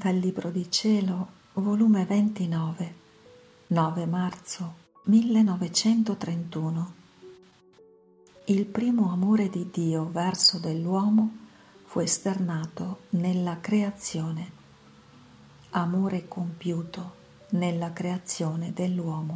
Dal Libro di Cielo, volume 29, 9 marzo 1931. Il primo amore di Dio verso dell'uomo fu esternato nella creazione, amore compiuto nella creazione dell'uomo.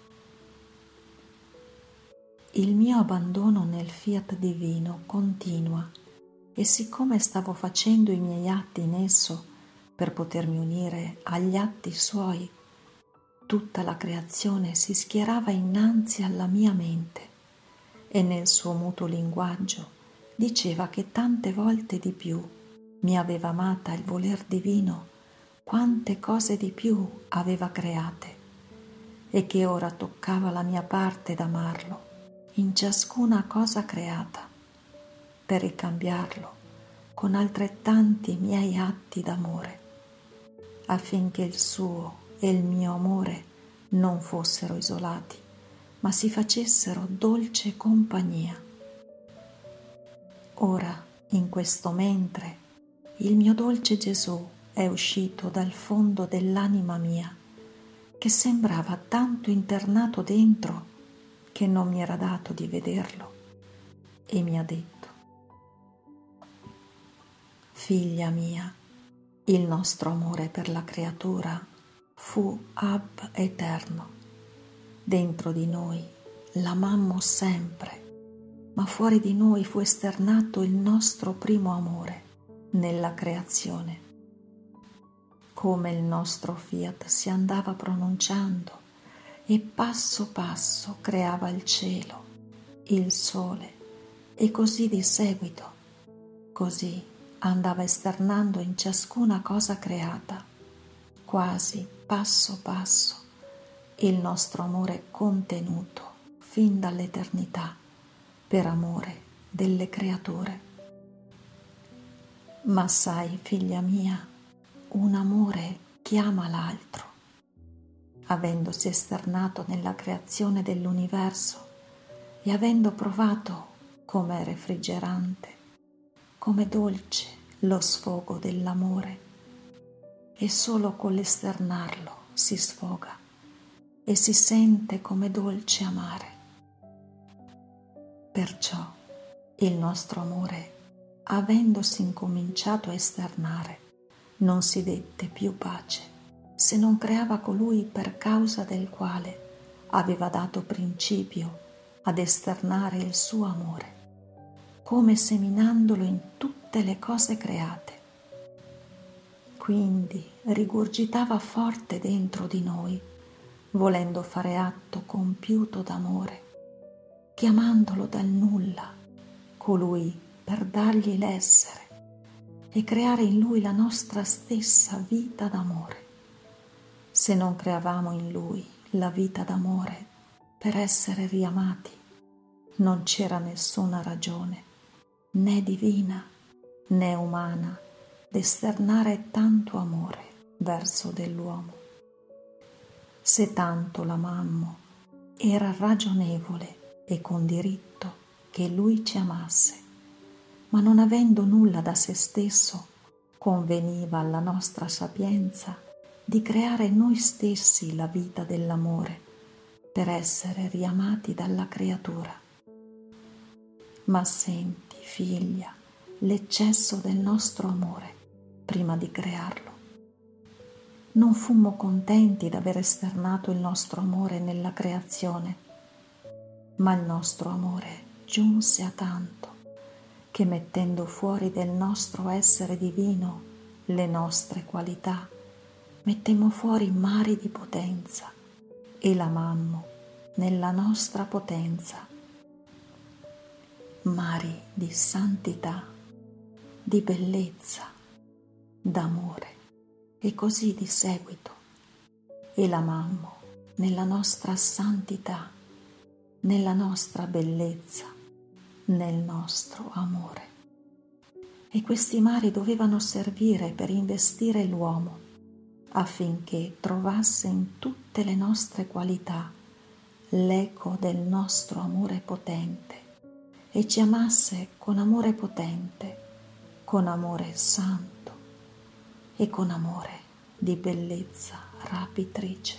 Il mio abbandono nel fiat divino continua e siccome stavo facendo i miei atti in esso per potermi unire agli atti suoi, tutta la creazione si schierava innanzi alla mia mente e nel suo muto linguaggio diceva che tante volte di più mi aveva amata il voler divino, quante cose di più aveva create, e che ora toccava la mia parte d'amarlo in ciascuna cosa creata, per ricambiarlo con altrettanti miei atti d'amore, affinché il suo e il mio amore non fossero isolati, ma si facessero dolce compagnia. Ora, in questo mentre, il mio dolce Gesù è uscito dal fondo dell'anima mia, che sembrava tanto internato dentro che non mi era dato di vederlo, e mi ha detto: figlia mia, il nostro amore per la creatura fu ab eterno. Dentro di noi l'amammo sempre, ma fuori di noi fu esternato il nostro primo amore nella creazione. Come il nostro fiat si andava pronunciando e passo passo creava il cielo, il sole e così di seguito, così andava esternando in ciascuna cosa creata, quasi passo passo, il nostro amore contenuto fin dall'eternità per amore delle creature. Ma sai, figlia mia, un amore chiama l'altro. Avendosi esternato nella creazione dell'universo e avendo provato come refrigerante, come dolce lo sfogo dell'amore, e solo con l'esternarlo si sfoga e si sente come dolce amare. Perciò il nostro amore, avendosi incominciato a esternare, non si dette più pace, se non creava colui per causa del quale aveva dato principio ad esternare il suo amore, come seminandolo in tutte le cose create. Quindi rigurgitava forte dentro di noi, volendo fare atto compiuto d'amore, chiamandolo dal nulla, colui per dargli l'essere e creare in lui la nostra stessa vita d'amore. Se non creavamo in lui la vita d'amore per essere riamati, non c'era nessuna ragione, né divina né umana, d'esternare tanto amore verso dell'uomo. Se tanto l'amammo, era ragionevole e con diritto che lui ci amasse, ma non avendo nulla da se stesso, conveniva alla nostra sapienza di creare noi stessi la vita dell'amore per essere riamati dalla creatura. Ma senti, figlia, l'eccesso del nostro amore prima di crearlo. Non fummo contenti d'aver esternato il nostro amore nella creazione, ma il nostro amore giunse a tanto che, mettendo fuori del nostro essere divino le nostre qualità, mettemmo fuori mari di potenza e l'amammo nella nostra potenza, mari di santità, di bellezza, d'amore e così di seguito, e l'amammo nella nostra santità, nella nostra bellezza, nel nostro amore. E questi mari dovevano servire per investire l'uomo affinché trovasse in tutte le nostre qualità l'eco del nostro amore potente e ci amasse con amore potente, con amore santo, e con amore di bellezza rapitrice.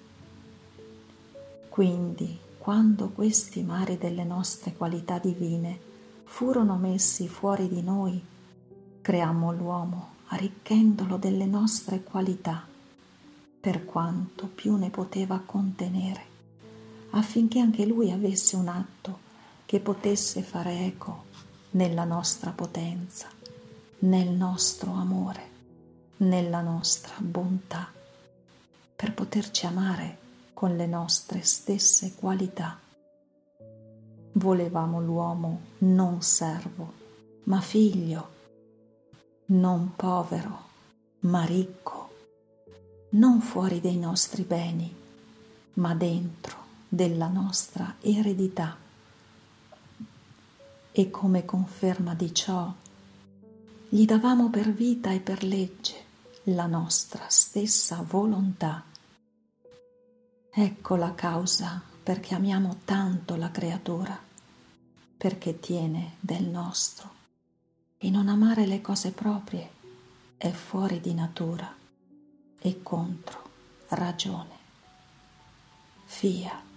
Quindi, quando questi mari delle nostre qualità divine furono messi fuori di noi, creammo l'uomo arricchendolo delle nostre qualità, per quanto più ne poteva contenere, affinché anche lui avesse un atto che potesse fare eco nella nostra potenza, nel nostro amore, nella nostra bontà, per poterci amare con le nostre stesse qualità. Volevamo l'uomo non servo, ma figlio, non povero, ma ricco, non fuori dei nostri beni, ma dentro della nostra eredità. E come conferma di ciò, gli davamo per vita e per legge la nostra stessa volontà. Ecco la causa perché amiamo tanto la creatura, perché tiene del nostro, e non amare le cose proprie è fuori di natura e contro ragione. Fiat.